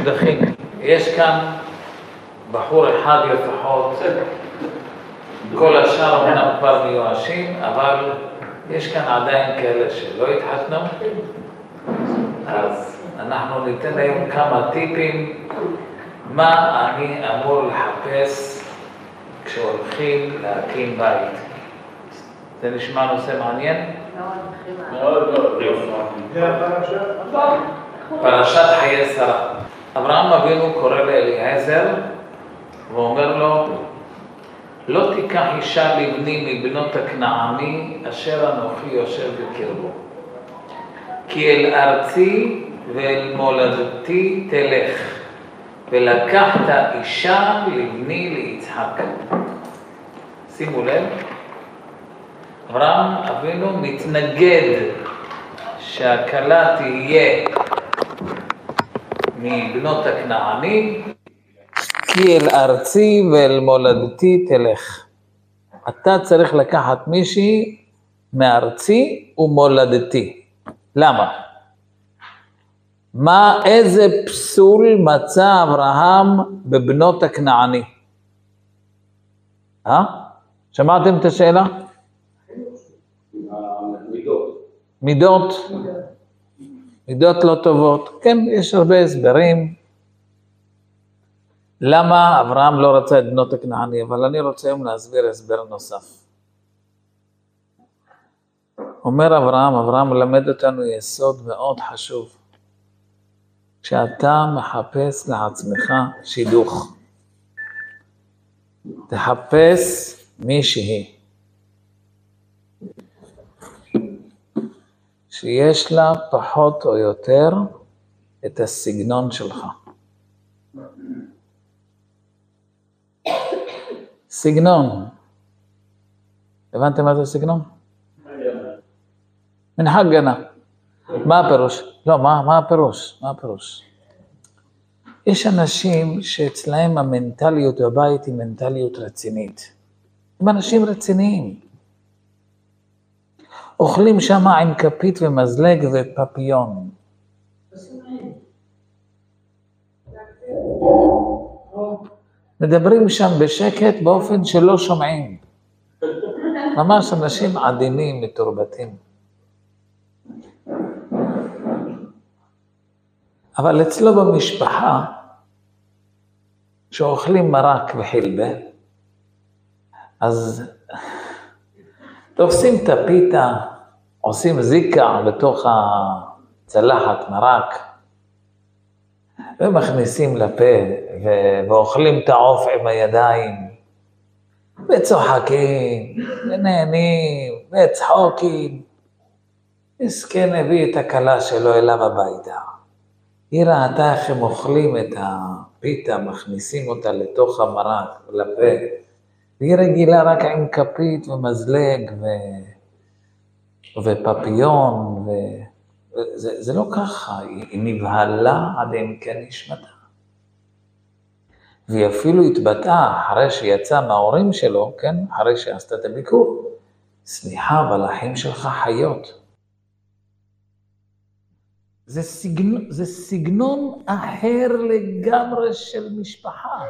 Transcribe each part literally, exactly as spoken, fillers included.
מודחים. יש כאן בחור אחד לפחות, כל השאר אמנם כבר מיואשים, אבל יש כאן עדיין כאלה שלא התחתנו. אז אנחנו ניתן היום כמה טיפים מה אני אמור לחפש כשהולכים להקים בית. זה נשמע נושא מעניין? מאוד מאוד. פרשת חיי שרה. אברהם אבינו קורא לאליעזר ואומר לו, לא תיקח אישה לבני מבנות הכנעני אשר אנוכי יושב בקרבו. כי אל ארצי ואל מולדתי תלך, ולקחת אישה לבני ליצחק. שימו לב, אברהם אבינו מתנגד שהכלה תהיה מבנות הכנעני, כי אל ארצי ואל מולדתי תלך. אתה צריך לקחת מישהי מארצי ומולדתי. למה? מה, איזה פסול מצא אברהם בבנות הכנעני? אה? שמעתם את השאלה? מידות. מידות. מידות לא טובות. כן, יש הרבה הסברים. למה אברהם לא רצה את בנות הכנעני? אבל אני רוצה היום להסביר הסבר נוסף. אומר אברהם, אברהם מלמד אותנו יסוד מאוד חשוב. כשאתה מחפש לעצמך שידוך, תחפש מישהי שיש לה פחות או יותר את הסגנון שלך. סגנון. הבנתם מה זה סגנון? מנהג גנה. מה הפירוש? לא, מה, מה הפירוש? מה הפירוש? יש אנשים שאצלהם המנטליות בבית היא מנטליות רצינית. הם אנשים רציניים. אוכלים שם עם כפית ומזלג ופפיון. מדברים שם בשקט באופן שלא שומעים. ממש אנשים עדינים, מתורבתים. אבל אצלו במשפחה, שאוכלים מרק וחילבה, אז תופסים את הפיתה, עושים זיקה בתוך הצלחת מרק, ומכניסים לפה, ואוכלים את העוף עם הידיים, וצוחקים, ונהנים, וצחוקים. מסכן הביא את הכלה שלו אליו הביתה. היא ראתה איך הם אוכלים את הפיתה, מכניסים אותה לתוך המרק, לפה, והיא רגילה רק עם כפית ומזלג ו... ופפיון, ו... זה, זה לא ככה, היא נבהלה עד עמקי נשמתה. והיא אפילו התבטאה אחרי שיצא מההורים שלו, כן? אחרי שעשתה את הביקור, סליחה, אבל האחים שלך חיות. זה סגנון, זה סגנון אחר לגמרי של משפחה.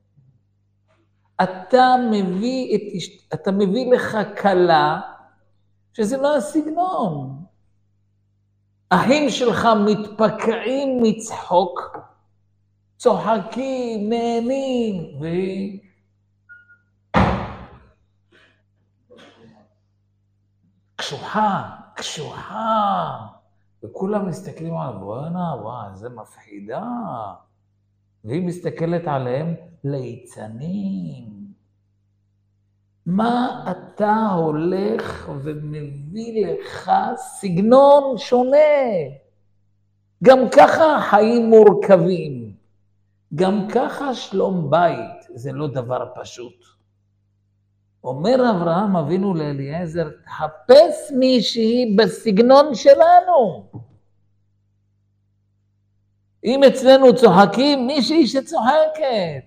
אתה מביא, את, אתה מביא לך כלה, שזה לא הסגנון. האחים שלך מתפקעים מצחוק, צוחקים, נהנים, ו... קשוחה, קשוחה. וכולם מסתכלים עליו, בואנה, וואי, זה מפחידה. והיא מסתכלת עליהם, ליצנים. מה אתה הולך ומביא לך סגנון שונה? גם ככה חיים מורכבים. גם ככה שלום בית, זה לא דבר פשוט. אומר אברהם אבינו לאליעזר, תחפש מישהי בסגנון שלנו. אם אצלנו צוחקים, מישהי שצוחקת.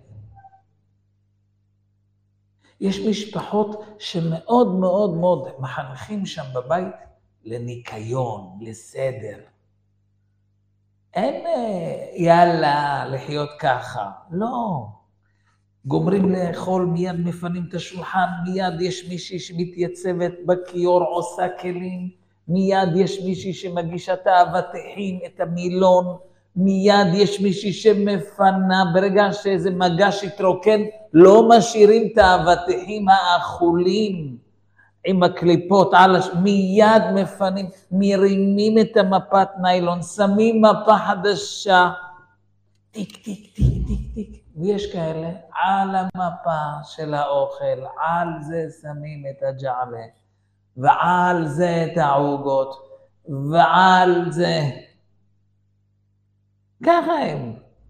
יש משפחות שמאוד מאוד מאוד מחנכים שם בבית לניקיון, לסדר. אין יאללה לחיות ככה, לא. גומרים לאכול, מיד מפנים את השולחן, מיד יש מישהי שמתייצבת בכיור, עושה כלים, מיד יש מישהי שמגישה את האבטיחים, את המילון, מיד יש מישהי שמפנה, ברגע שאיזה מגש יתרוקן, לא משאירים את האבטיחים האכולים עם הקליפות, על הש... מיד מפנים, מרימים את המפת ניילון, שמים מפה חדשה, טיק טיק טיק טיק טיק, ויש כאלה על המפה של האוכל, על זה שמים את הג'עלה, ועל זה את העוגות, ועל זה. ככה הם.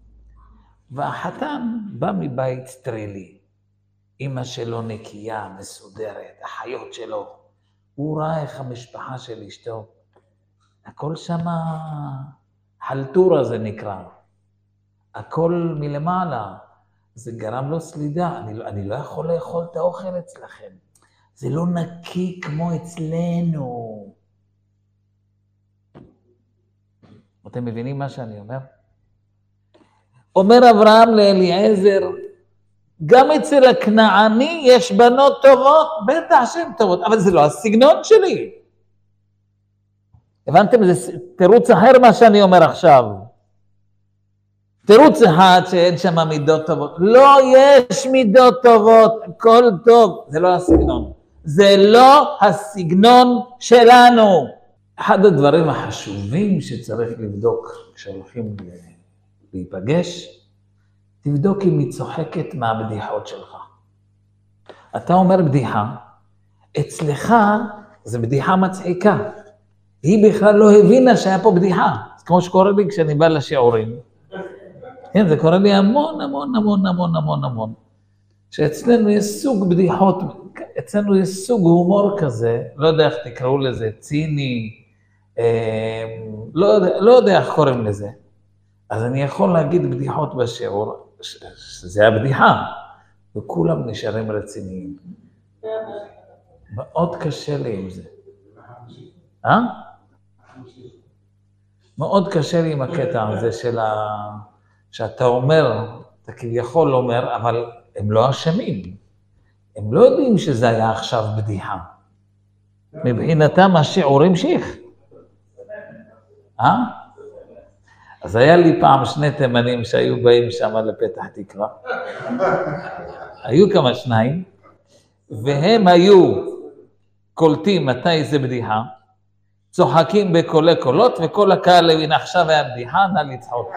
והחתן בא מבית סטרילי, אמא שלו נקייה, מסודרת, החיות שלו. הוא ראה איך המשפחה של אשתו, הכל שמה חלטורה זה נקרא. הכל מלמעלה, זה גרם לו סלידה, אני, אני לא יכול לאכול את האוכל אצלכם, זה לא נקי כמו אצלנו. אתם מבינים מה שאני אומר? אומר אברהם לאליעזר, גם אצל הכנעני יש בנות טובות, בטח שהן טובות, אבל זה לא הסגנון שלי. הבנתם? זה תירוץ אחר מה שאני אומר עכשיו. תירוץ אחד שאין שם מידות טובות. לא, יש מידות טובות, הכל טוב. זה לא הסגנון. זה לא הסגנון שלנו. אחד הדברים החשובים שצריך לבדוק כשהולכים להיפגש, תבדוק אם היא צוחקת מהבדיחות שלך. אתה אומר בדיחה, אצלך זה בדיחה מצחיקה. היא בכלל לא הבינה שהיה פה בדיחה. זה כמו שקורה לי כשאני בא לשיעורים. כן, זה קורה לי המון, המון, המון, המון, המון, המון. שאצלנו יש סוג בדיחות, אצלנו יש סוג הומור כזה, לא יודע איך תקראו לזה, ציני, אה, לא, יודע, לא יודע איך קוראים לזה. אז אני יכול להגיד בדיחות בשיעור, שזה היה בדיחה, וכולם נשארים רציניים. מאוד קשה לי עם זה. אה? מאוד קשה לי עם הקטע הזה של ה... שאתה אומר, אתה כביכול אומר, אבל הם לא אשמים. הם לא יודעים שזה היה עכשיו בדיחה. מבחינתם השיעור המשיך. אה? אז היה לי פעם שני תימנים שהיו באים שם לפתח תקווה. היו כמה שניים, והם היו קולטים מתי זה בדיחה, צוחקים בקולי קולות, וכל הקהל הבין עכשיו היה בדיחה, נא לצחוק.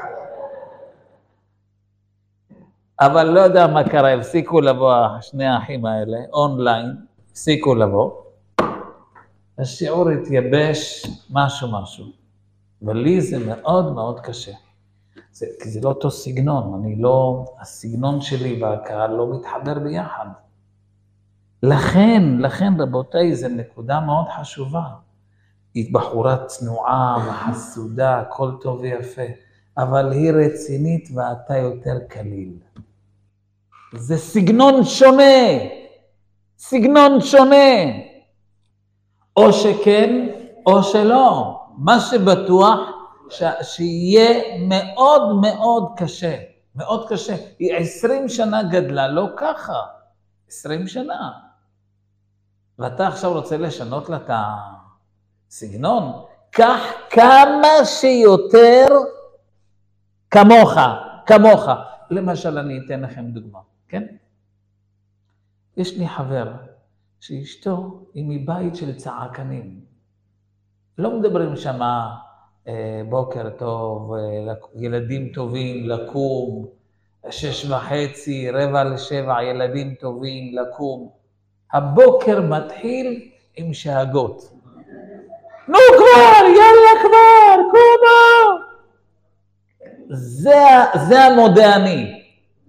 אבל לא יודע מה קרה, הפסיקו לבוא שני האחים האלה, אונליין, הפסיקו לבוא. השיעור התייבש משהו משהו. ולי זה מאוד מאוד קשה. זה, כי זה לא אותו סגנון, אני לא, הסגנון שלי והקהל לא מתחבר ביחד. לכן, לכן רבותיי, זו נקודה מאוד חשובה. היא בחורה צנועה וחסודה, הכל טוב ויפה, אבל היא רצינית ואתה יותר קליל. זה סגנון שונה, סגנון שונה. או שכן, או שלא. מה שבטוח, ש... שיהיה מאוד מאוד קשה, מאוד קשה. היא עשרים שנה גדלה, לא ככה, עשרים שנה. ואתה עכשיו רוצה לשנות לה את הסגנון, קח כמה שיותר כמוך, כמוך. למשל, אני אתן לכם דוגמה, כן? יש לי חבר שאשתו היא מבית של צעקנים. לא מדברים שמה אה, בוקר טוב, אה, ילדים טובים, לקום, שש וחצי, רבע לשבע, ילדים טובים, לקום. הבוקר מתחיל עם שאגות. נו כבר, יאללה כבר, קומו! זה, זה המודעני.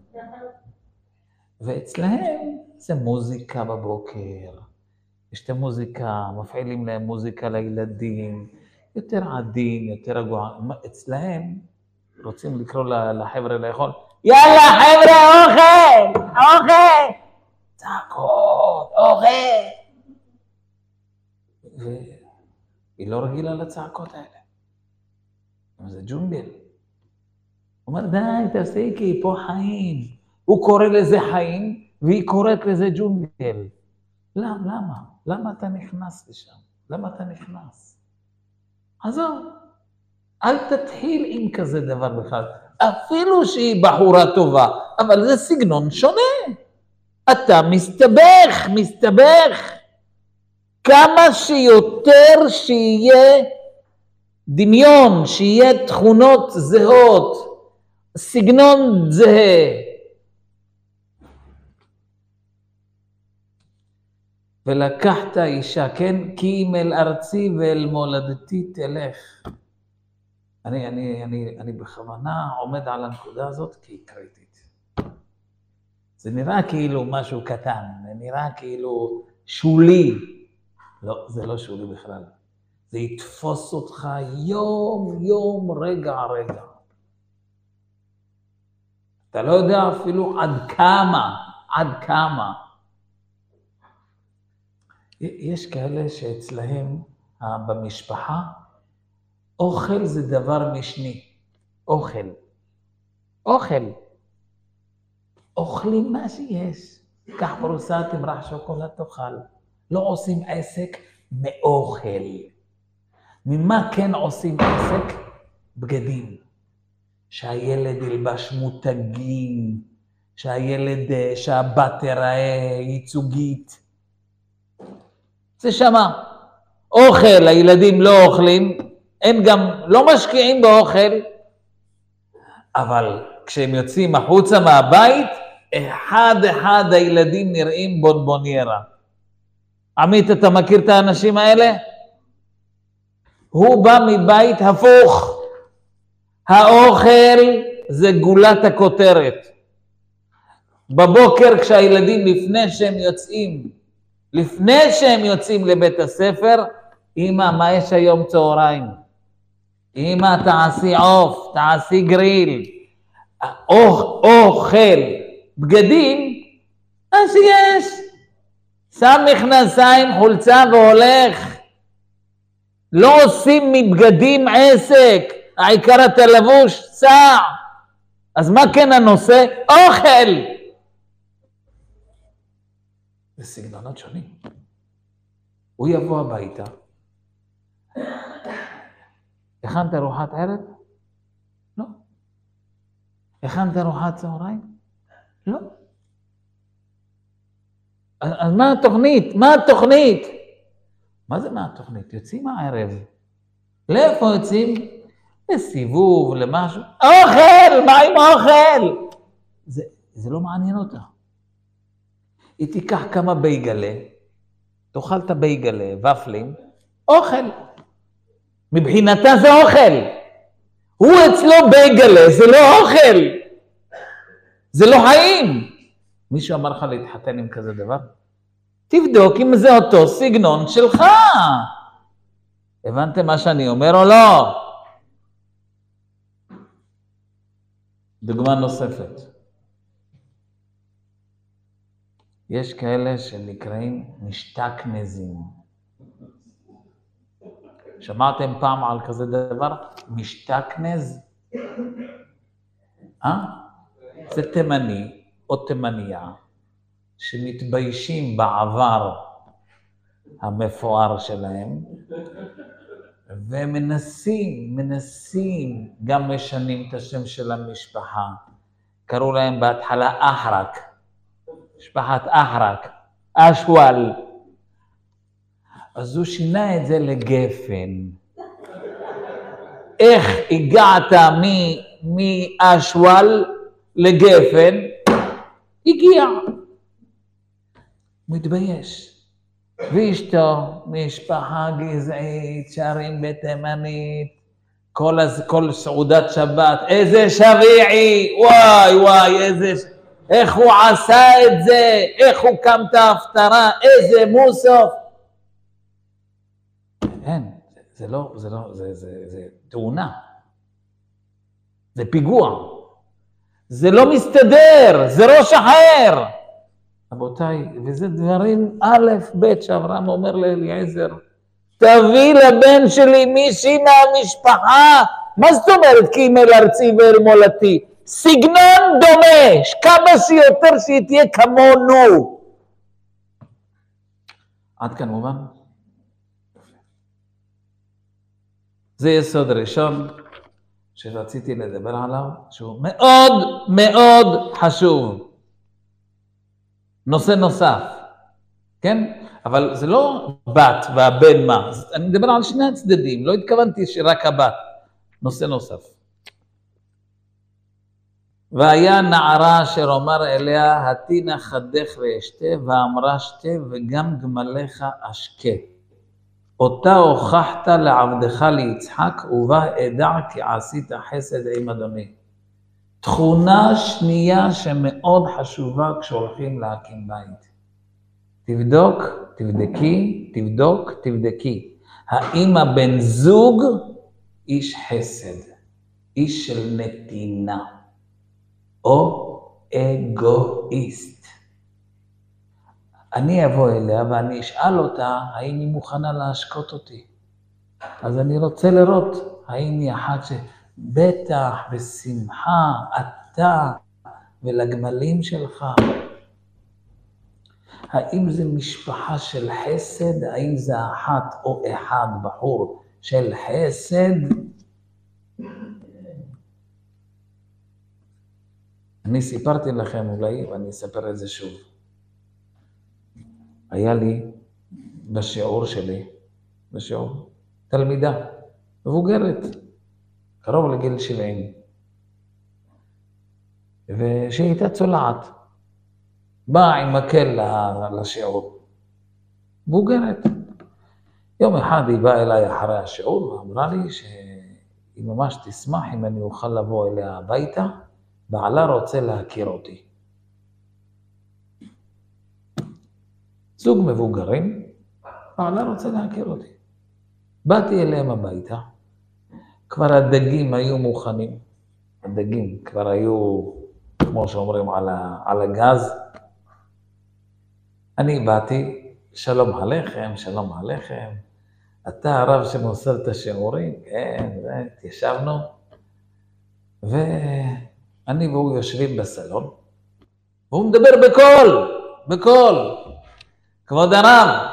ואצלהם זה מוזיקה בבוקר. יש את המוזיקה, מפעילים להם מוזיקה לילדים, יותר עדין, יותר רגוע. אצלהם רוצים לקרוא לחבר'ה לאכול, יאללה חבר'ה, אוכל, אוכל! צעקות, אוכל! והיא לא רגילה לצעקות האלה. זה ג'ונגל. הוא אומר, די, תפסיקי, פה חיים. הוא קורא לזה חיים, והיא קוראת לזה ג'ונגל. למה? למה? למה אתה נכנס לשם? למה אתה נכנס? עזוב, אל תתחיל עם כזה דבר בכלל. אפילו שהיא בחורה טובה, אבל זה סגנון שונה. אתה מסתבך, מסתבך. כמה שיותר שיהיה דמיון, שיהיה תכונות זהות, סגנון זהה. ולקחת אישה, כן? כי אם אל ארצי ואל מולדתי תלך. אני, אני, אני, אני בכוונה עומד על הנקודה הזאת כי היא קריטית. זה נראה כאילו משהו קטן, זה נראה כאילו שולי. לא, זה לא שולי בכלל. זה יתפוס אותך יום, יום, רגע, רגע. אתה לא יודע אפילו עד כמה, עד כמה. יש כאלה שאצלהם במשפחה, אוכל זה דבר משני. אוכל. אוכל. אוכלים מה שיש. קח פרוסה, תמרח שוקולד, תאכל. לא עושים עסק מאוכל. ממה כן עושים עסק? בגדים. שהילד ילבש מותגים, שהילד, שהבת תראה ייצוגית. זה שמה. אוכל, הילדים לא אוכלים, הם גם לא משקיעים באוכל, אבל כשהם יוצאים החוצה מהבית, אחד אחד הילדים נראים בונבוניירה. עמית, אתה מכיר את האנשים האלה? הוא בא מבית הפוך. האוכל זה גולת הכותרת. בבוקר כשהילדים לפני שהם יוצאים, לפני שהם יוצאים לבית הספר, אמא, מה יש היום צהריים? אמא, תעשי עוף, תעשי גריל. אוך, אוכל, בגדים, אז יש. שם מכנסיים, חולצה והולך. לא עושים מבגדים עסק, העיקר אתה לבוש, סע. אז מה כן הנושא? אוכל. זה סגנונות שונים. הוא יבוא הביתה. הכנת ארוחת ערב? לא. הכנת ארוחת צהריים? לא. אז, אז מה התוכנית? מה התוכנית? מה זה מה התוכנית? יוצאים הערב. לאיפה יוצאים? לסיבוב, למשהו. אוכל! מה עם אוכל? זה, זה לא מעניין אותה. היא תיקח כמה בייגלה, תאכל את הבייגלה, ופלים, אוכל. מבחינתה זה אוכל. הוא אצלו בייגלה, זה לא אוכל. זה לא חיים. מישהו אמר לך להתחתן עם כזה דבר? תבדוק אם זה אותו סגנון שלך. הבנתם מה שאני אומר או לא? דוגמה נוספת. יש כאלה שנקראים משתכנזים. שמעתם פעם על כזה דבר? משתכנז? אה? זה תימני או תימניה שמתביישים בעבר המפואר שלהם ומנסים, מנסים, גם משנים את השם של המשפחה. קראו להם בהתחלה אחרק. משפחת אחרק, אשוואל. אז הוא שינה את זה לגפן. איך הגעת מאשוואל לגפן? הגיע. מתבייש. ואשתו, משפחה גזעית, שרים בתימנית, כל, הז... כל סעודת שבת, איזה שביעי, וואי וואי, איזה... איך הוא עשה את זה, איך הוא קם את ההפטרה, איזה מוסוף. אין, זה לא, זה לא, זה, זה, זה תאונה. זה פיגוע. זה לא מסתדר, זה ראש אחר. רבותיי, וזה דברים א' ב' שאברהם אומר לאליעזר, תביא לבן שלי מישהי מהמשפחה, מה זאת אומרת כי אם אל ארצי ואל מולדתי? סגנון דומה, כמה שיותר שהיא תהיה כמונו. עד כאן מובן? זה יסוד ראשון שרציתי לדבר עליו, שהוא מאוד מאוד חשוב. נושא נוסף, כן? אבל זה לא בת והבן מה. אני מדבר על שני הצדדים, לא התכוונתי שרק הבת. נושא נוסף. והיה נערה אשר אומר אליה, התינה חדך ואשתה, ואמרה שתה, וגם גמליך אשקה. אותה הוכחת לעבדך ליצחק, ובה אדע כי עשית חסד עם אדוני. תכונה שנייה שמאוד חשובה כשהולכים להקים בית. תבדוק, תבדקי, תבדוק, תבדקי. האם הבן זוג איש חסד, איש של נתינה, או אגואיסט. אני אבוא אליה ואני אשאל אותה, האם היא מוכנה להשקות אותי? אז אני רוצה לראות, האם היא אחת שבטח בשמחה, אתה ולגמלים שלך. האם זה משפחה של חסד? האם זה אחת או אחד בחור של חסד? אני סיפרתי לכם אולי, ואני אספר את זה שוב. היה לי בשיעור שלי, בשיעור, תלמידה, מבוגרת, קרוב לגיל שבעים, ושהיא הייתה צולעת, באה עם מקל לשיעור, מבוגרת. יום אחד היא באה אליי אחרי השיעור, ואמרה לי שהיא ממש תשמח אם אני אוכל לבוא אליה הביתה, בעלה רוצה להכיר אותי. זוג מבוגרים, בעלה רוצה להכיר אותי. באתי אליהם הביתה, כבר הדגים היו מוכנים, הדגים כבר היו, כמו שאומרים, על, ה, על הגז. אני באתי, שלום עליכם, שלום עליכם. אתה הרב שמוסר את השיעורים? כן, ישבנו. ואני והוא יושבים בסלון, והוא מדבר בקול, בקול. כבוד הרב,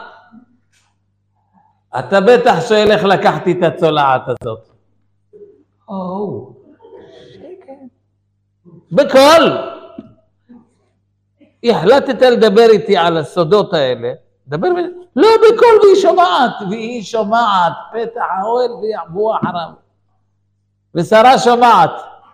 אתה בטח שואל איך לקחתי את הצולעת הזאת. או, שקט. בקול. החלטת לדבר איתי על הסודות האלה, דבר ב... לא בקול, והיא שומעת, והיא שומעת, פתח האוהל ויעבו אחריו. ושרה שומעת.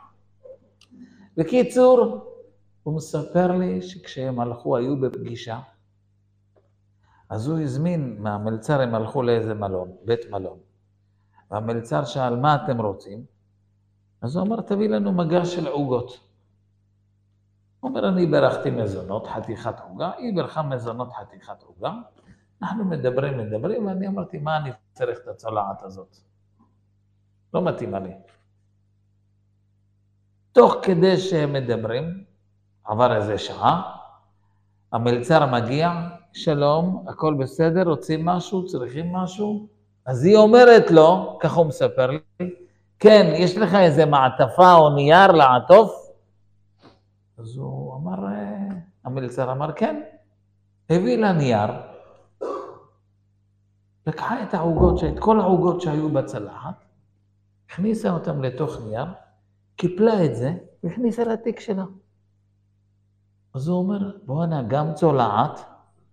בקיצור, הוא מספר לי שכשהם הלכו, היו בפגישה, אז הוא הזמין מהמלצר, הם הלכו לאיזה מלון, בית מלון. והמלצר שאל, מה אתם רוצים? אז הוא אמר, תביא לנו מגש של עוגות. הוא אומר, אני ברכתי מזונות, חתיכת עוגה, היא ברכה מזונות, חתיכת עוגה. אנחנו מדברים, מדברים, ואני אמרתי, מה אני צריך את הצולעת הזאת? לא מתאימה לי. תוך כדי שהם מדברים, עבר איזה שעה, המלצר מגיע, שלום, הכל בסדר, רוצים משהו, צריכים משהו? אז היא אומרת לו, כך הוא מספר לי, כן, יש לך איזה מעטפה או נייר לעטוף? אז הוא אמר, המלצר אמר, כן, הביא לה נייר, לקחה את העוגות, את כל העוגות שהיו בצלחת, הכניסה אותם לתוך נייר, קיפלה את זה, והכניסה לתיק שלה. אז הוא אומר, בואנה, גם צולעת,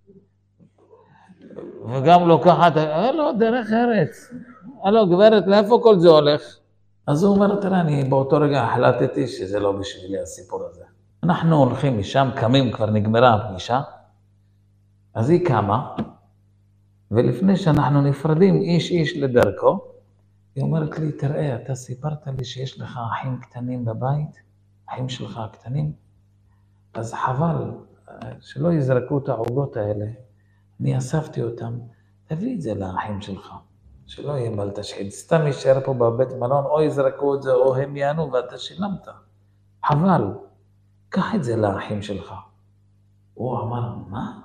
וגם לוקחת, אה, לא, דרך ארץ. הלו, גברת, לאיפה כל זה הולך? אז הוא אומר, תראה, אני באותו רגע החלטתי שזה לא בשבילי הסיפור הזה. אנחנו הולכים משם, קמים, כבר נגמרה הפגישה, אז היא קמה, ולפני שאנחנו נפרדים איש איש לדרכו, היא אומרת לי, תראה, אתה סיפרת לי שיש לך אחים קטנים בבית, אחים שלך הקטנים, אז חבל שלא יזרקו את העוגות האלה, אני אספתי אותם, תביא את זה לאחים שלך, שלא יהיה בל תשחית, סתם יישאר פה בבית מלון, או יזרקו את זה, או הם יענו ואתה שילמת, חבל, קח את זה לאחים שלך. הוא אמר, מה?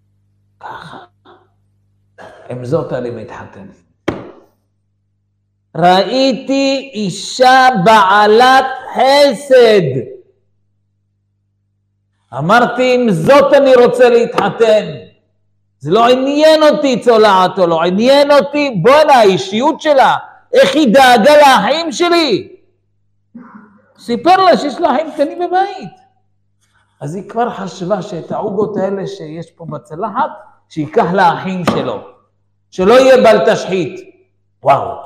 ככה? עם זאת אני מתחתן. ראיתי אישה בעלת חסד. אמרתי, עם זאת אני רוצה להתחתן. זה לא עניין אותי צולעת או לא, עניין אותי, בואנה, האישיות שלה, איך היא דאגה לאחים שלי. סיפר לה שיש לה אחים קטנים בבית. אז היא כבר חשבה שאת העוגות האלה שיש פה בצלחת, שיקח לאחים שלו, שלא יהיה בל תשחית. וואו.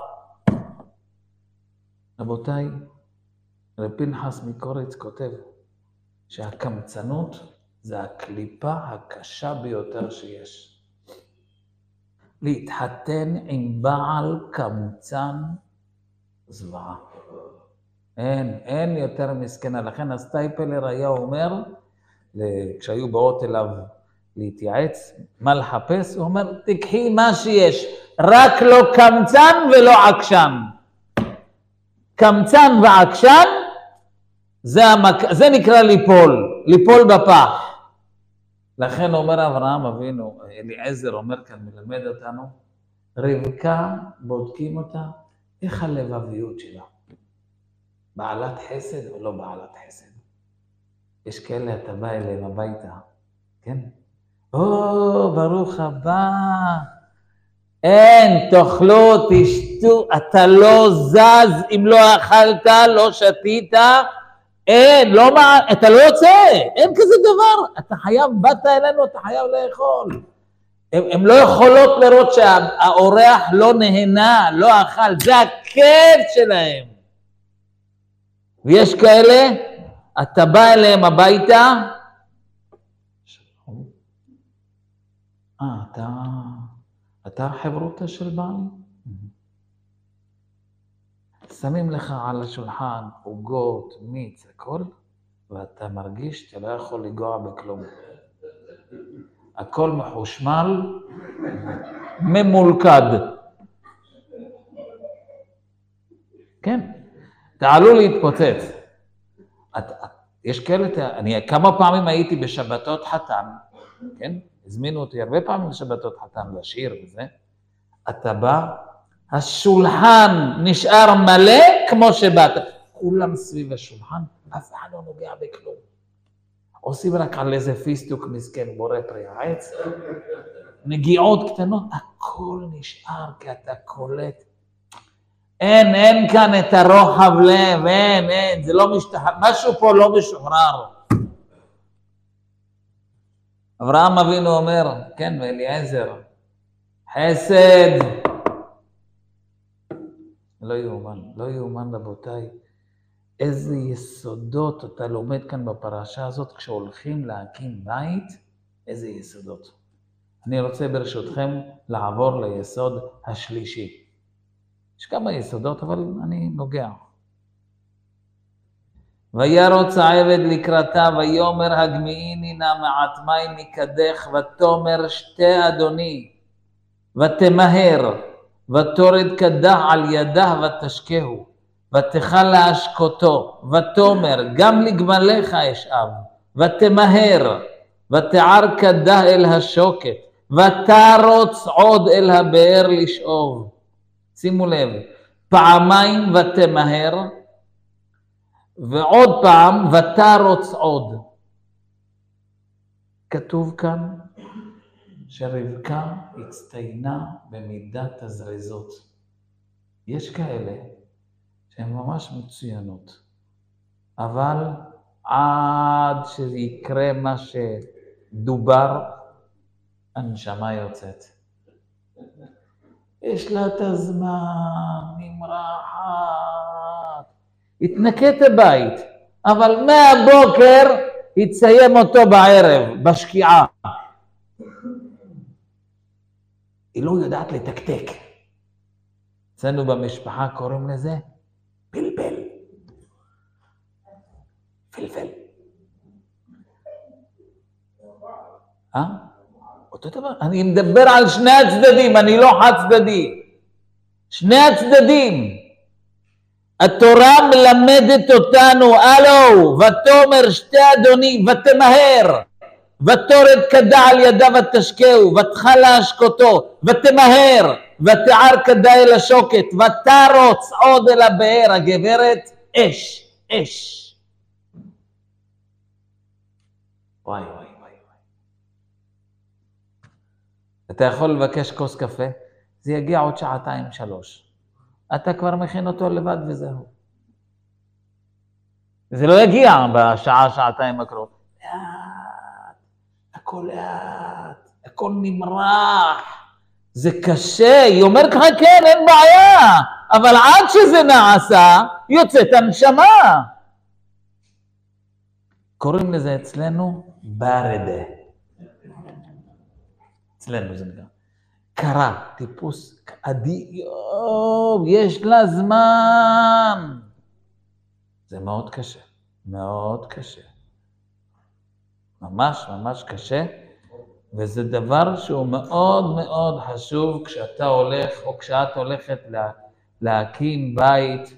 רבותיי, רב פנחס מקורץ כותב, שהקמצנות זה הקליפה הקשה ביותר שיש. להתחתן עם בעל קמצן זוועה. אין, אין יותר מסכנה. לכן הסטייפלר היה אומר, כשהיו באות אליו להתייעץ, מה לחפש? הוא אומר, תקחי מה שיש, רק לא קמצן ולא עקשן. קמצן ועקשן, זה, המק... זה נקרא ליפול, ליפול בפח. לכן אומר אברהם אבינו, אליעזר אומר כאן, מלמד אותנו, רבקה, בודקים אותה, איך הלבביות שלה? בעלת חסד או לא בעלת חסד? יש כאלה, אתה בא אליהם הביתה, כן? או, ברוך הבא, אין, תאכלו, תשתו, אתה לא זז, אם לא אכלת, לא שתית, אין, לא מה, אתה לא יוצא, אין כזה דבר, אתה חייב, באת אלינו, אתה חייב לאכול. הם, הם לא יכולות לראות שהאורח לא נהנה, לא אכל, זה הכיף שלהם. ויש כאלה, אתה בא אליהם הביתה, אה, אתה, אתה החברותה של בעלי? שמים לך על השולחן עוגות, מיץ, הכל, ואתה מרגיש שאתה לא יכול לגוע בכלום. הכל מחושמל, ממולכד. כן, אתה עלול להתפוצץ. את, את, יש כאלה, אני כמה פעמים הייתי בשבתות חתן, כן? הזמינו אותי הרבה פעמים לשבתות חתן לשיר וזה. אתה בא, השולחן נשאר מלא כמו שבאת. כולם סביב השולחן, אף אחד לא נוגע בכלום. עושים רק על איזה פיסטוק מסכן, בורא פרי העץ. נגיעות קטנות, הכל נשאר כי אתה קולט. אין, אין כאן את הרוחב לב, אין, אין, זה לא משתחרר, משהו פה לא משוחרר. אברהם אבינו אומר, כן, ואליעזר, חסד. לא יאומן, לא יאומן רבותיי, איזה יסודות אתה לומד כאן בפרשה הזאת, כשהולכים להקים בית, איזה יסודות. אני רוצה ברשותכם לעבור ליסוד השלישי. יש כמה יסודות, אבל אני נוגע. וירוץ העבד לקראתה, ויאמר הגמיעיני נא מעט מים מקדך, ותאמר שתי אדוני, ותמהר, ותורד קדח על ידה ותשקהו, ותאכל להשקותו, ותאמר גם לגמליך אשאב, ותמהר, ותער קדח אל השוקת, ותרוץ עוד אל הבאר לשאוב. שימו לב, פעמיים ותמהר, ועוד פעם ותרוץ עוד. כתוב כאן שרבקה הצטיינה במידת הזריזות. יש כאלה שהן ממש מצוינות, אבל עד שיקרה מה שדובר, הנשמה יוצאת. יש לה את הזמן, נמרחת, התנקה את הבית, אבל מהבוקר יציים אותו בערב, בשקיעה. היא לא יודעת לתקתק. אצלנו במשפחה קוראים לזה פלפל. פלפל. אה? אותו דבר. אני מדבר על שני הצדדים, אני לא חד צדדי. שני הצדדים. התורה מלמדת אותנו, אלו, ותאמר שתי אדוני, ותמהר, ותורד כדה על ידה ותשקהו, ותחל להשקותו, ותמהר, ותער כדה אל השוקת, ותרוץ עוד אל הבאר. הגברת אש, אש. וואי וואי וואי וואי. אתה יכול לבקש כוס קפה, זה יגיע עוד שעתיים שלוש. אתה כבר מכין אותו לבד וזהו. זה לא יגיע בשעה, שעתיים הקרובות. לאט, הכל לאט, הכל נמרח. זה קשה, היא אומרת לך כן, אין בעיה, אבל עד שזה נעשה, יוצאת הנשמה. קוראים לזה אצלנו ברדה. אצלנו זה נקרא. קרה, טיפוס, עדי, יוב, יש לה זמן. זה מאוד קשה, מאוד קשה. ממש ממש קשה, וזה דבר שהוא מאוד מאוד חשוב כשאתה הולך, או כשאת הולכת לה, להקים בית.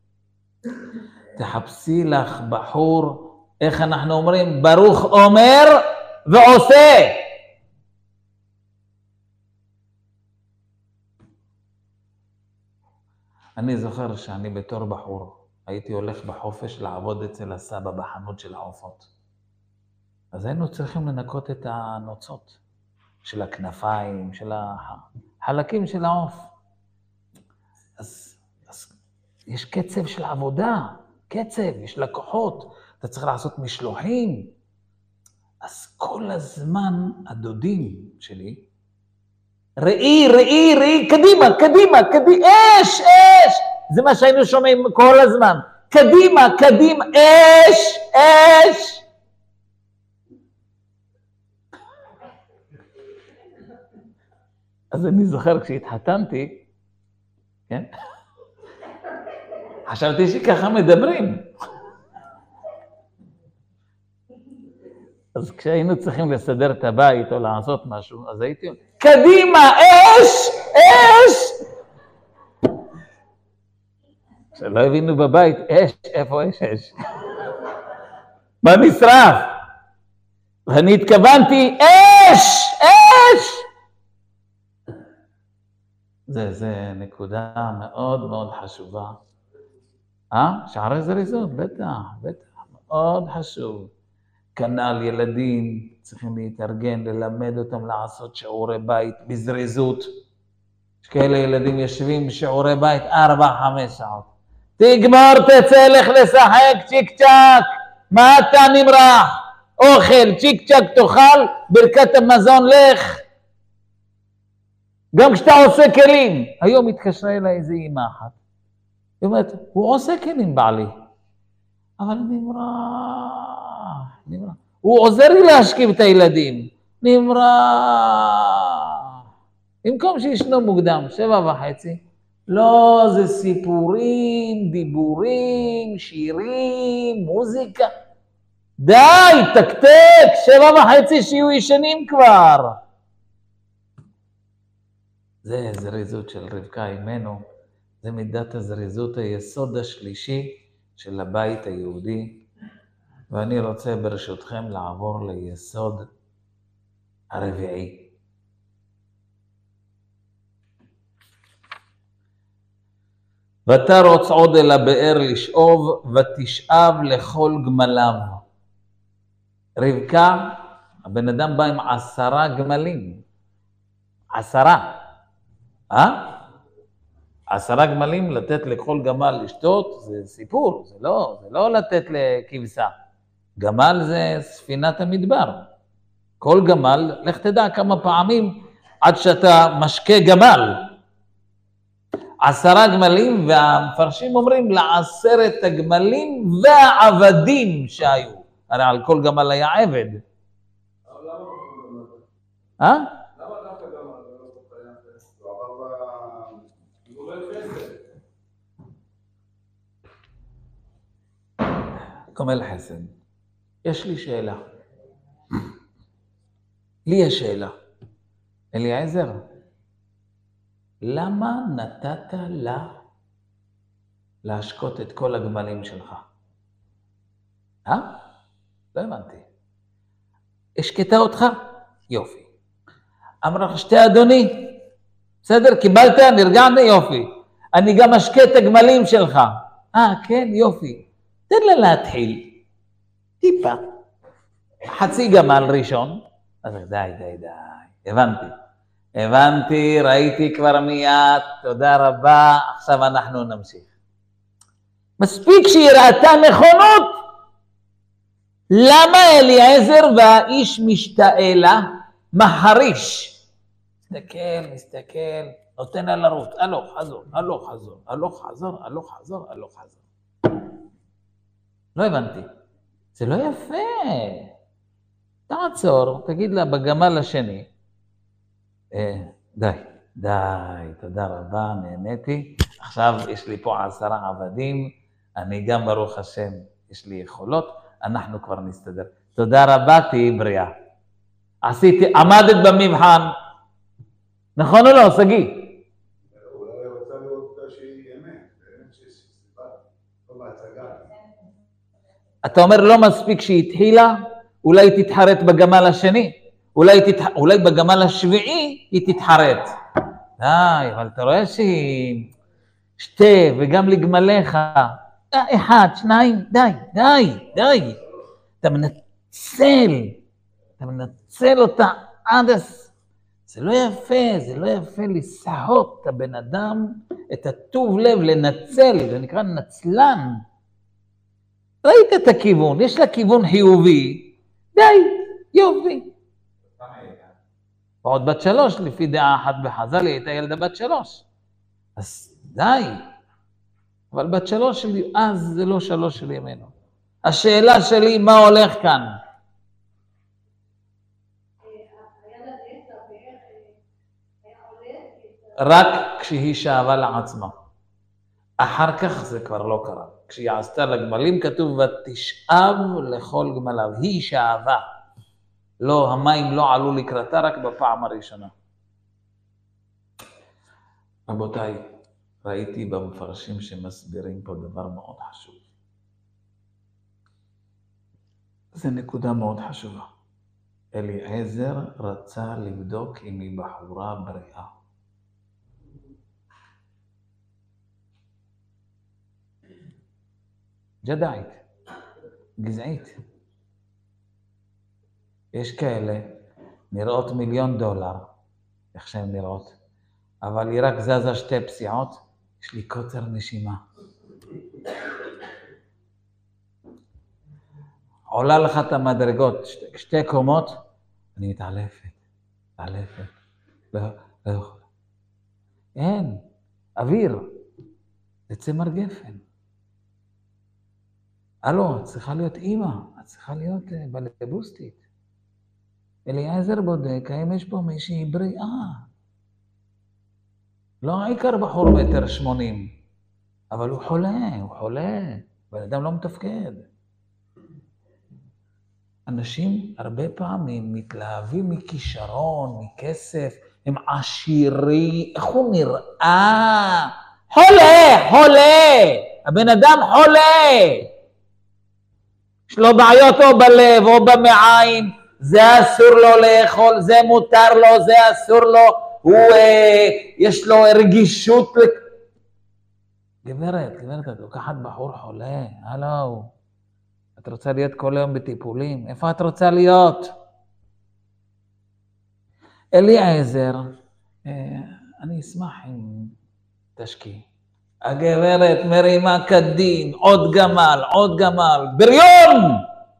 תחפשי לך בחור, איך אנחנו אומרים, ברוך אומר ועושה. אני זוכר שאני בתור בחור, הייתי הולך בחופש לעבוד אצל הסבא בחנות של העופות. אז היינו צריכים לנקות את הנוצות של הכנפיים, של החלקים של העוף. אז, אז יש קצב של עבודה, קצב, יש לקוחות, אתה צריך לעשות משלוחים. אז כל הזמן הדודים שלי, ראי, ראי, ראי, קדימה, קדימה, קדימה, אש, אש. זה מה שהיינו שומעים כל הזמן. קדימה, קדימה, אש, אש. אז אני זוכר כשהתחתנתי, כן? חשבתי שככה מדברים. אז כשהיינו צריכים לסדר את הבית או לעשות משהו, אז הייתי אומר, קדימה, אש, אש. שלא הבינו בבית, אש, איפה אש, אש? במשרף. ואני התכוונתי, אש, אש. זה, זה נקודה מאוד מאוד חשובה. אה? שערי זריזות, בטח, בטח, מאוד חשוב. כנ"ל ילדים צריכים להתארגן, ללמד אותם לעשות שיעורי בית בזריזות. יש כאלה ילדים יושבים בשיעורי בית ארבע, חמש שעות. תגמור, תצא, לך לשחק, צ'יק צ'ק. מה אתה נמרח? אוכל, צ'יק צ'ק תאכל, ברכת המזון לך. גם כשאתה עושה כלים. היום התקשרה אליי איזו אמא אחת. היא אומרת, הוא עושה כלים בעלי. אבל נמרח, נמרח. הוא עוזר לי להשכיב את הילדים. נמרח. במקום שישנו מוקדם, שבע וחצי. לא, זה סיפורים, דיבורים, שירים, מוזיקה. די, תקתק, שבע וחצי שיהיו ישנים כבר. זה זריזות של רבקה אימנו, זה מידת הזריזות, היסוד השלישי של הבית היהודי, ואני רוצה ברשותכם לעבור ליסוד הרביעי. ותרוץ עוד אל הבאר לשאוב, ותשאב לכל גמליו. רבקה, הבן אדם בא עם עשרה גמלים. עשרה. אה? עשרה גמלים לתת לכל גמל לשתות, זה סיפור, זה לא, זה לא לתת לכבשה. גמל זה ספינת המדבר. כל גמל, לך תדע כמה פעמים עד שאתה משקה גמל. עשרה גמלים, והמפרשים אומרים לעשרת הגמלים והעבדים שהיו. הרי על כל גמל היה עבד. אה? גמל חסד. יש לי שאלה. לי יש שאלה. אליעזר, למה נתת לה להשקות את כל הגמלים שלך? אה? לא הבנתי. השקטה אותך? יופי. אמר לך, שתי אדוני, בסדר? קיבלת, נרגעת? יופי. אני גם אשקה את הגמלים שלך. אה, כן, יופי. תן לה להתחיל. טיפה. חצי גמל ראשון. אז די, די, די. הבנתי. הבנתי, ראיתי כבר מיד. תודה רבה. עכשיו אנחנו נמשיך. מספיק שהיא ראתה נכונות. למה אליעזר והאיש משתאה לה? מחריש. מסתכל, מסתכל, נותן לה לרוץ. הלוך, חזור, הלוך, חזור, הלוך, חזור, הלוך, חזור, הלוך, חזור. לא הבנתי. זה לא יפה. תעצור, תגיד לה בגמל השני. אה, די, די, תודה רבה, נהניתי. עכשיו יש לי פה עשרה עבדים, אני גם ברוך השם, יש לי יכולות, אנחנו כבר נסתדר. תודה רבה, תהי בריאה. עשיתי, עמדת במבחן. נכון או לא, סגי? אולי רוצה לראות אותה שהיא אמת, באמת שיש סיבה, לא בהצגה. אתה אומר לא מספיק שהיא התחילה, אולי תתחרט בגמל השני, אולי, תתח... אולי בגמל השביעי היא תתחרט. די, אבל אתה רואה שהיא שתי וגם לגמליך, אחד, שניים, די, די, די. אתה מנצל, אתה מנצל אותה עד הס... זה לא יפה, זה לא יפה לסהות את הבן אדם, את הטוב לב, לנצל, זה נקרא נצלן. ראית את הכיוון, יש לה כיוון חיובי, די, יופי. ועוד בת שלוש, לפי דעה אחת בחז"ל, היא הייתה ילדה בת שלוש. אז די. אבל בת שלוש שלי, אז זה לא שלוש של ימינו. השאלה שלי, מה הולך כאן? רק כשהיא שאבה לעצמה. אחר כך זה כבר לא קרה. כשהיא עשתה לגמלים, כתוב, ותשאב לכל גמליו. היא שאבה. לא, המים לא עלו לקראתה רק בפעם הראשונה. רבותיי, ראיתי במפרשים שמסבירים פה דבר מאוד חשוב. זו נקודה מאוד חשובה. אליעזר רצה לבדוק אם היא בחורה בריאה. ג'דאית, גזעית. יש כאלה, נראות מיליון דולר, איך שהן נראות, אבל היא רק זזה שתי פסיעות, יש לי קוצר נשימה. עולה לך את המדרגות, שתי, שתי קומות, אני מתעלפת, מתעלפת, לא, לא יכול. אין, אוויר, זה צמר גפן. הלו, את צריכה להיות אימא, את צריכה להיות בלבוסטית. אליעזר בודק, האם יש פה מישהי בריאה. לא העיקר בחור מטר שמונים, אבל הוא חולה, הוא חולה, בן אדם לא מתפקד. אנשים הרבה פעמים מתלהבים מכישרון, מכסף, הם עשירי, איך הוא נראה? חולה, חולה, הבן אדם חולה. יש לו בעיות או בלב או במעיים, זה אסור לו לאכול, זה מותר לו, זה אסור לו, הוא, אה, יש לו רגישות. גברת, גברת, את לוקחת בחור חולה, הלו, את רוצה להיות כל היום בטיפולים, איפה את רוצה להיות? אליעזר, אה, אני אשמח אם תשקיע. הגברת מרימה קדין, עוד גמל, עוד גמל, בריון!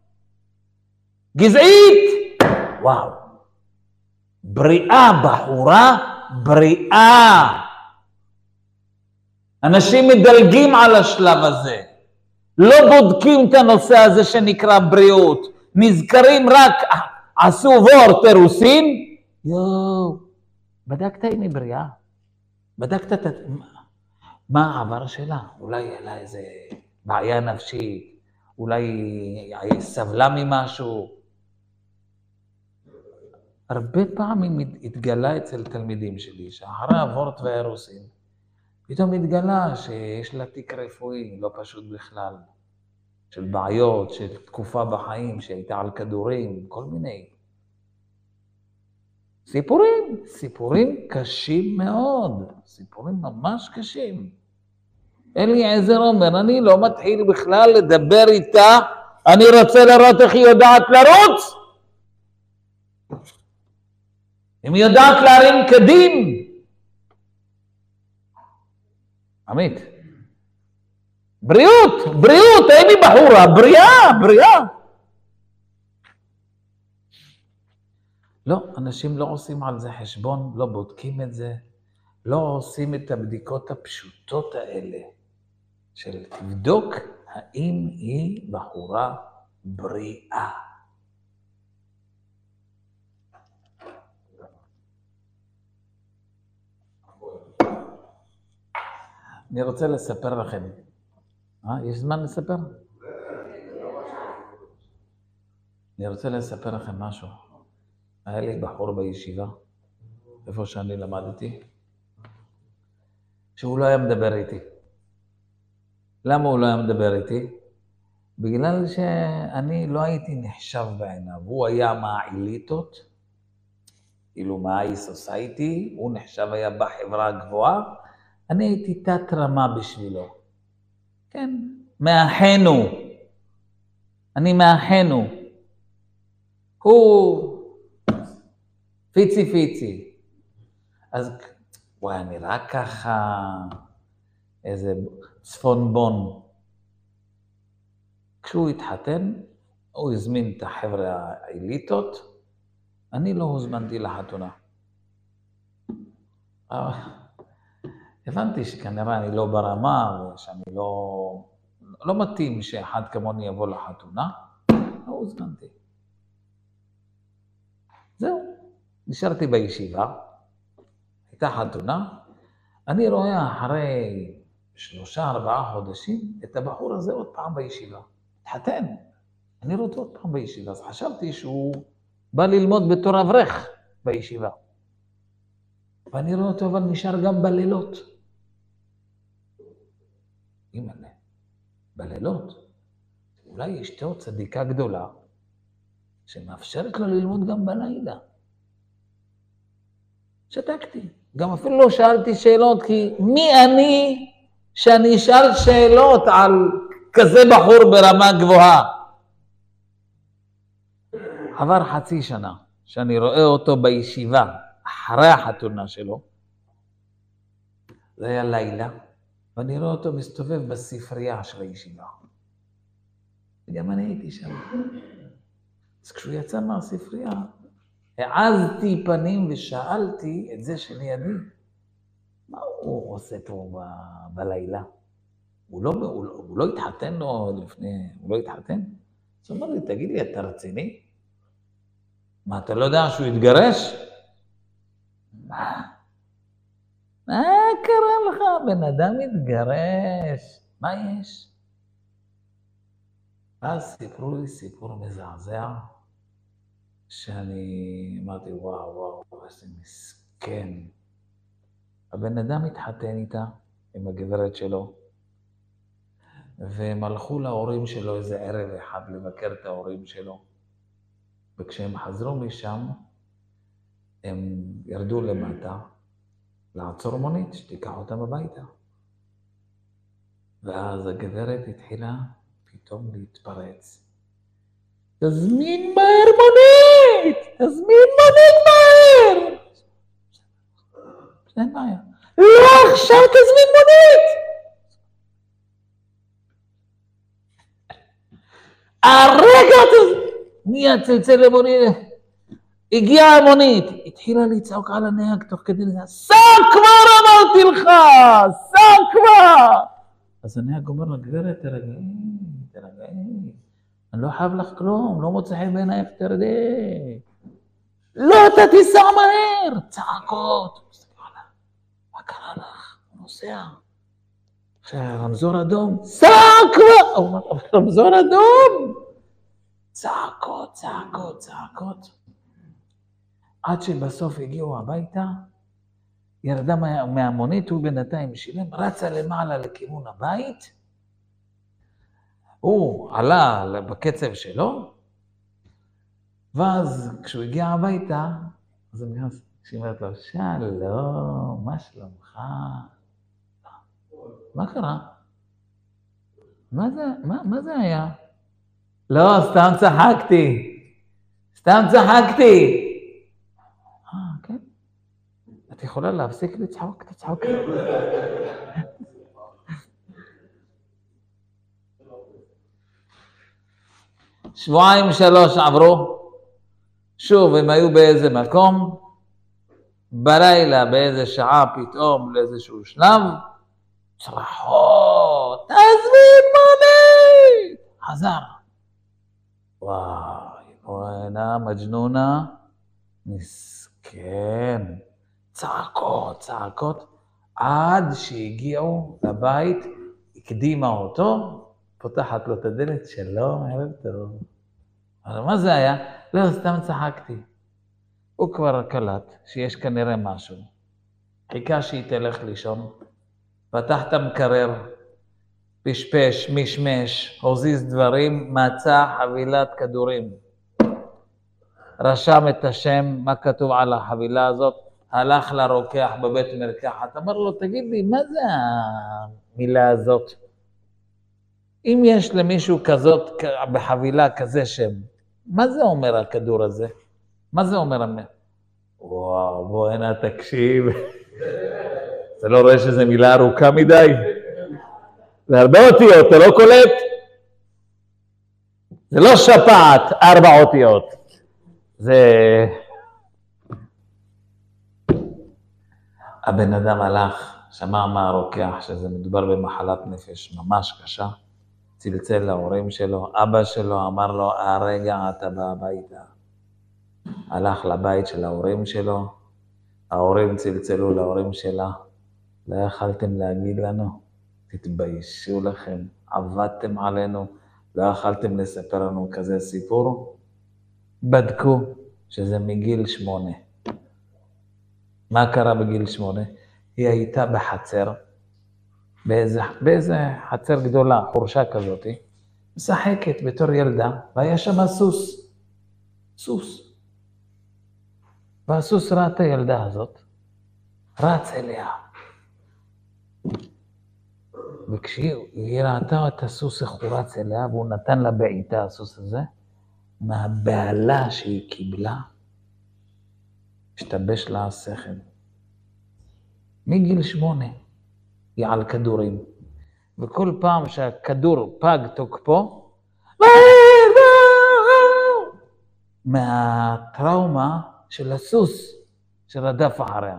גזעית! וואו. בריאה, בחורה, בריאה. אנשים מדלגים על השלב הזה. לא בודקים את הנושא הזה שנקרא בריאות. נזכרים רק, עשו וור תירוסין. יואו, בדקת אם היא בריאה? בדקת את... מה העבר שלה? אולי היה לה איזה בעיה נפשית, אולי היא סבלה ממשהו. הרבה פעמים התגלה אצל תלמידים שלי, שאחרי הוורט והאירוסין, פתאום התגלה שיש לה תיק רפואי, לא פשוט בכלל, של בעיות, של תקופה בחיים שהייתה על כדורים, כל מיני. סיפורים, סיפורים קשים מאוד, סיפורים ממש קשים. אליעזר אומר, אני לא מתחיל בכלל לדבר איתה, אני רוצה לראות איך היא יודעת לרוץ. אם היא יודעת להרים קדים. עמית. בריאות, בריאות, האם היא בחורה? בריאה, בריאה. לא, אנשים לא עושים על זה חשבון, לא בודקים את זה, לא עושים את הבדיקות הפשוטות האלה, של תבדוק האם היא בחורה בריאה. אני רוצה לספר לכם. אה, יש זמן לספר? אני רוצה לספר לכם משהו. היה לי בחור בישיבה, איפה שאני למדתי, שהוא לא היה מדבר איתי. למה הוא לא היה מדבר איתי? בגלל שאני לא הייתי נחשב בעיניו. הוא היה מהאליטות, כאילו מהאי סוסייטי, הוא נחשב היה בחברה הגבוהה, אני הייתי תת רמה בשבילו. כן, מאחנו. אני מאחנו. הוא פיצי פיצי. אז הוא היה נראה ככה, איזה צפונבון. כשהוא התחתן, הוא הזמין את החבר'ה האליטות, אני לא הוזמנתי לחתונה. הבנתי שכנראה אני לא ברמה, ושאני לא, לא מתאים שאחד כמוני יבוא לחתונה, לא הוזמנתי. זהו, נשארתי בישיבה, הייתה חתונה, אני רואה אחרי שלושה, ארבעה חודשים את הבחור הזה עוד פעם בישיבה. התחתן, אני רואה אותו עוד פעם בישיבה, אז חשבתי שהוא בא ללמוד בתור אברך בישיבה. ואני רואה אותו אבל נשאר גם בלילות. אימא'לה, בלילות. אולי אשתו צדיקה גדולה, שמאפשרת לו ללמוד גם בלילה. שתקתי. גם אפילו לא שאלתי שאלות, כי מי אני שאני אשאל שאלות על כזה בחור ברמה גבוהה? עבר חצי שנה שאני רואה אותו בישיבה, אחרי החתונה שלו. זה היה לילה, ואני רואה אותו מסתובב בספרייה של הישיבה. וגם אני הייתי שם. אז כשהוא יצא מהספרייה, העזתי פנים ושאלתי את זה שלידי, מה הוא עושה פה ב- בלילה? הוא לא, הוא, הוא לא התחתן לו לפני, הוא לא התחתן? אז הוא אמר לי, תגיד לי, אתה רציני? מה, אתה לא יודע שהוא יתגרש? מה? מה קרה לך? בן אדם מתגרש. מה יש? אז סיפרו לי סיפור מזעזע, שאני אמרתי, וואו, וואו, איזה מסכן. הבן אדם התחתן איתה, עם הגברת שלו, והם הלכו להורים שלו איזה ערב אחד לבקר את ההורים שלו. וכשהם חזרו משם, הם ירדו למטה, לעצור מונית, שתיקח אותם הביתה. ואז הגברת התחילה פתאום להתפרץ. תזמין מהר מונית! תזמין מונית מהר! אין בעיה. לא, עכשיו תזמין מונית! הרגע תזמין! מיד צלצל למונית. הגיעה המונית. התחילה לצעוק על הנהג תוך כדי לזה. סע כבר אמרתי לך! סע כבר! אז הנהג אומר לגברת, תרגעי, תרגעי. אני לא חייב לך כלום, לא מוצא חן בעינייך, תרדי. לא, אתה תיסע מהר. צעקות. מה קרה לך? הוא נוסע. רמזור אדום. סע כבר! הוא אומר, רמזור אדום! צעקות, צעקות, צעקות. עד שבסוף הגיעו הביתה, ירדה מה, מהמונית, הוא בינתיים שילם, רצה למעלה לכיוון הבית, הוא עלה בקצב שלו, ואז כשהוא הגיע הביתה, אז אני נכנס, שהיא אומרת לו, שלום, מה שלומך? מה קרה? מה זה, מה, מה זה היה? לא, סתם צחקתי. סתם צחקתי. אה, כן? את יכולה להפסיק לצחוק, תצחוק. שבועיים שלוש עברו, שוב הם היו באיזה מקום, בלילה באיזה שעה פתאום לאיזשהו שלב, צרחות, תזמין מונית! חזר. וואי, וואינה מג'נונה, מסכן, צעקות, צעקות, עד שהגיעו לבית, הקדימה אותו, פותחת לו את הדלת, שלום, ערב טוב. אבל מה זה היה? לא, סתם צחקתי. הוא כבר קלט שיש כנראה משהו. חיכה שהיא תלך לישון, פתח את המקרר, פשפש, משמש, הוזיז דברים, מצא חבילת כדורים. רשם את השם, מה כתוב על החבילה הזאת, הלך לרוקח בבית מרקחת, אמר לו, תגיד לי, מה זה המילה הזאת? אם יש למישהו כזאת בחבילה כזה שם, מה זה אומר הכדור הזה? מה זה אומר? וואו, בוא הנה תקשיב. אתה לא רואה שזה מילה ארוכה מדי? זה הרבה אותיות, אתה לא קולט? זה לא שפעת, ארבע אותיות. זה... הבן אדם הלך, שמע מה הרוקח, שזה מדובר במחלת נפש ממש קשה, צלצל להורים שלו, אבא שלו אמר לו, הרגע אתה בא הביתה. הלך לבית של ההורים שלו, ההורים צלצלו להורים שלה, לא יכלתם להגיד לנו, תתביישו לכם, עבדתם עלינו, לא יכלתם לספר לנו כזה סיפור, בדקו שזה מגיל שמונה. מה קרה בגיל שמונה? היא הייתה בחצר, באיזה, באיזה חצר גדולה, חורשה כזאת, משחקת בתור ילדה, והיה שם סוס, סוס. והסוס ראה את הילדה הזאת, רץ אליה. וכשהיא ראתה את הסוס איך הוא רץ אליה, והוא נתן לה בעיטה, הסוס הזה, מהבעלה שהיא קיבלה, השתבש לה השכל. מגיל שמונה היא על כדורים, וכל פעם שהכדור פג תוקפו, מהטראומה של הסוס שרדף אחריה.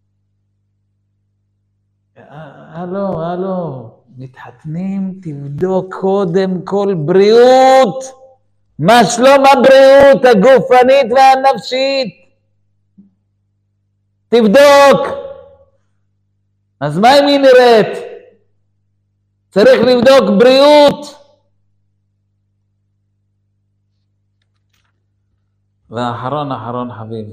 הלו, הלו, מתחתנים, תבדוק קודם כל בריאות. מה שלום הבריאות הגופנית והנפשית? תבדוק. אז מה אם היא נראית? צריך לבדוק בריאות. ואחרון אחרון חביב.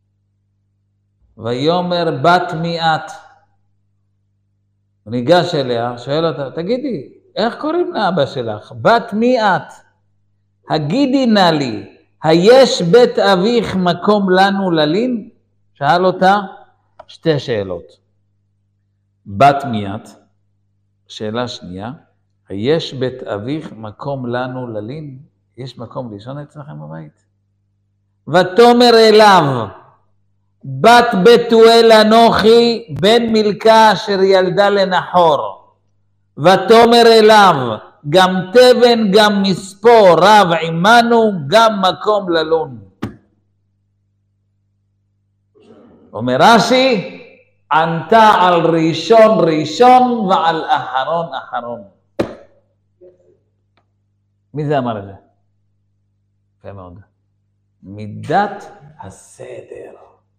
ויאמר בת מי את? הוא ניגש אליה, שואל אותה, תגידי, איך קוראים לאבא שלך? בת מי את? הגידי נא לי, היש בית אביך מקום לנו ללין? שאל אותה שתי שאלות. בת מי את? שאלה שנייה, היש בית אביך מקום לנו ללין? יש מקום לישון אצלכם בבית? ותאמר אליו, בת בתואל אנוכי, בן מלכה אשר ילדה לנחור. ותאמר אליו, גם תבן גם מספור רב עמנו, גם מקום ללון. אומר רש"י, ענתה על ראשון ראשון ועל אחרון אחרון. מי זה אמר את זה? יפה מאוד. מידת הסדר.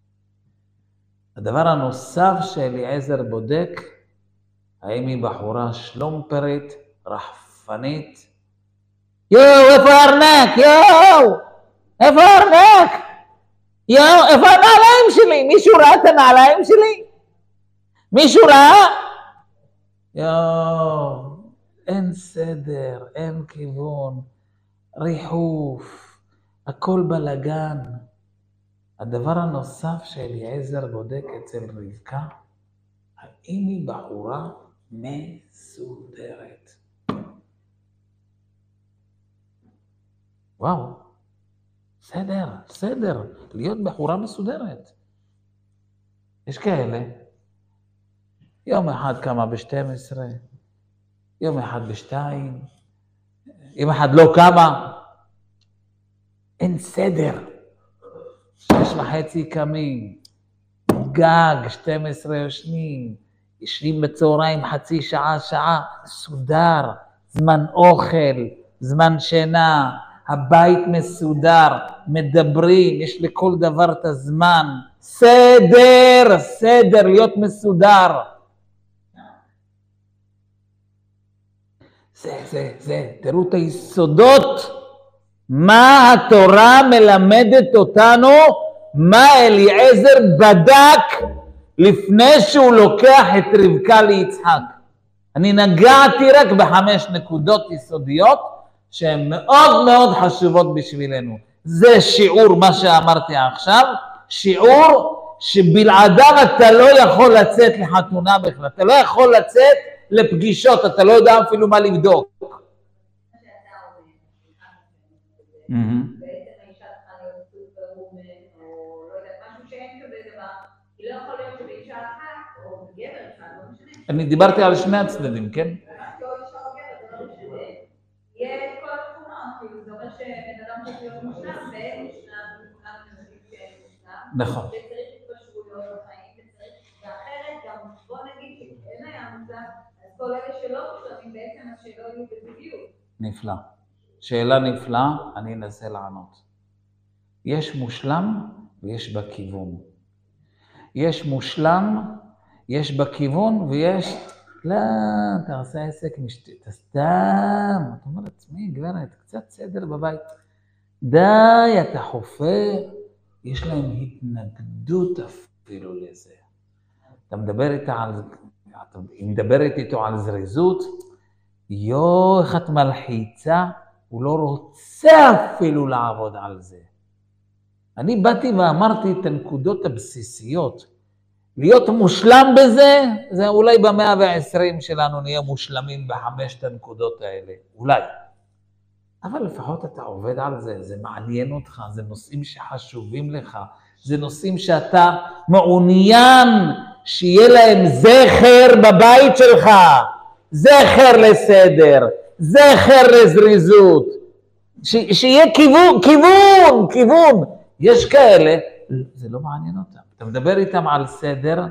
הדבר הנוסף שאליעזר בודק, האם היא בחורה שלומפרית, רחפנית? יואו, איפה הארנק? יואו, איפה הארנק? יואו, איפה הנעליים שלי? מישהו ראה את הנעליים שלי? מישהו ראה? יואו, אין סדר, אין כיוון, ריחוף, הכל בלגן. הדבר הנוסף שאליעזר בודק אצל רבקה, האם היא בחורה מסודרת. וואו, סדר, סדר, להיות בחורה מסודרת. יש כאלה, יום אחד קמה ב-שתים עשרה, יום אחד ב-שתיים, יום אחד לא קמה, אין סדר. שש וחצי קמים, גג, שתים עשרה יושנים, ישנים בצהריים חצי שעה, שעה, סודר, זמן אוכל, זמן שינה, הבית מסודר, מדברים, יש לכל דבר את הזמן, סדר, סדר, להיות מסודר. זה, זה, זה, תראו את היסודות, מה התורה מלמדת אותנו, מה אליעזר בדק לפני שהוא לוקח את רבקה ליצחק. אני נגעתי רק בחמש נקודות יסודיות, שהן מאוד מאוד חשובות בשבילנו. זה שיעור, מה שאמרתי עכשיו, שיעור שבלעדיו אתה לא יכול לצאת לחתונה בכלל, אתה לא יכול לצאת לפגישות, אתה לא יודע אפילו מה לבדוק. בעצם האישה צריכה להיות סופר וומן, או לא יודעת, משהו שאין כזה דבר, היא לא יכול להיות שבאישה אחת, או בגבר אחד, לא משנה. אני דיברתי על שני הצדדים, כן? לא אישה או גבר, זה לא משנה. יהיה את כל התכונות, כאילו זה אומר שבן אדם צריך להיות מושלם, ואין מושלם, מושלם מנשים שאין מושלם. נכון. וצריך התפשרויות בחיים, וצריך, ואחרת גם בוא נגיד שאין היה מושלם, אז כל אלה שלא מושלמים בעצם, אז שלא יהיו בזוגיות. נפלא. שאלה נפלאה, אני אנסה לענות. יש מושלם ויש בכיוון. יש מושלם, יש בכיוון ויש... לא, אתה עושה עסק משתי... אתה סתם. אתה אומר לעצמי, גברת, קצת סדר בבית. די, אתה חופר. יש להם התנגדות אפילו לזה. אתה מדבר איתה על... אתה מדבר איתו על זריזות. יו, איך את מלחיצה. הוא לא רוצה אפילו לעבוד על זה. אני באתי ואמרתי את הנקודות הבסיסיות. להיות מושלם בזה, זה אולי במאה ועשרים שלנו נהיה מושלמים בחמשת הנקודות האלה. אולי. אבל לפחות אתה עובד על זה, זה מעניין אותך, זה נושאים שחשובים לך, זה נושאים שאתה מעוניין שיהיה להם זכר בבית שלך, זכר לסדר, זכר לזריזות, ש- שיהיה כיוון, כיוון, כיוון. יש כאלה, זה לא מעניין אותם. אתה מדבר איתם על סדר,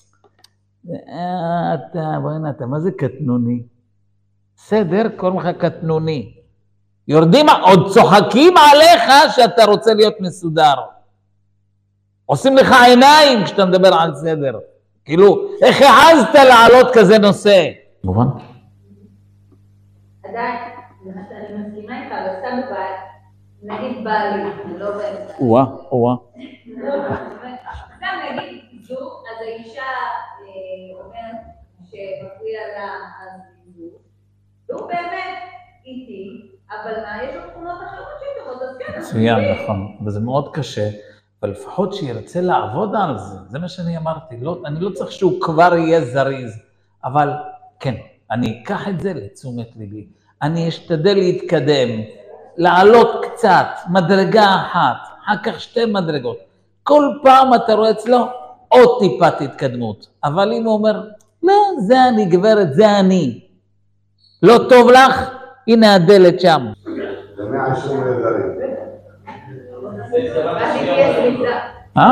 אתה, בואי אתה, מה זה קטנוני? סדר, קוראים לך קטנוני. יורדים, עוד צוחקים עליך שאתה רוצה להיות מסודר. עושים לך עיניים כשאתה מדבר על סדר. כאילו, איך העזת לעלות כזה נושא? מובן? עדיין, אני מסכימה איתך, אבל סתם בבית, נגיד בעלי, אני לא באמת. וואה, וואה. גם נגיד זוג, אז האישה אומרת שמפריע לה הזוג, והוא באמת איתי, אבל מה, יש לו תכונות אחרות שטובות, אז כן. מצוין, נכון, וזה מאוד קשה, אבל לפחות שירצה לעבוד על זה, זה מה שאני אמרתי, לא, אני לא צריך שהוא כבר יהיה זריז, אבל כן, אני אקח את זה לתשומת ליבי, אני אשתדל להתקדם, לעלות קצת, מדרגה אחת, אחר כך שתי מדרגות, כל פעם אתה רואה אצלו עוד טיפת התקדמות, אבל אם הוא אומר, לא, זה אני גברת, זה אני, לא טוב לך, הנה הדלת שם. זה מאה עשרים לדברים. אה?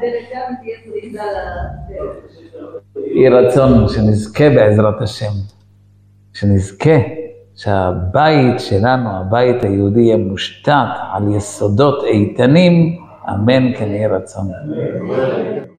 יהי רצון שנזכה בעזרת השם, שנזכה שהבית שלנו, הבית היהודי יהיה מושתת על יסודות איתנים, אמן כן יהי רצון.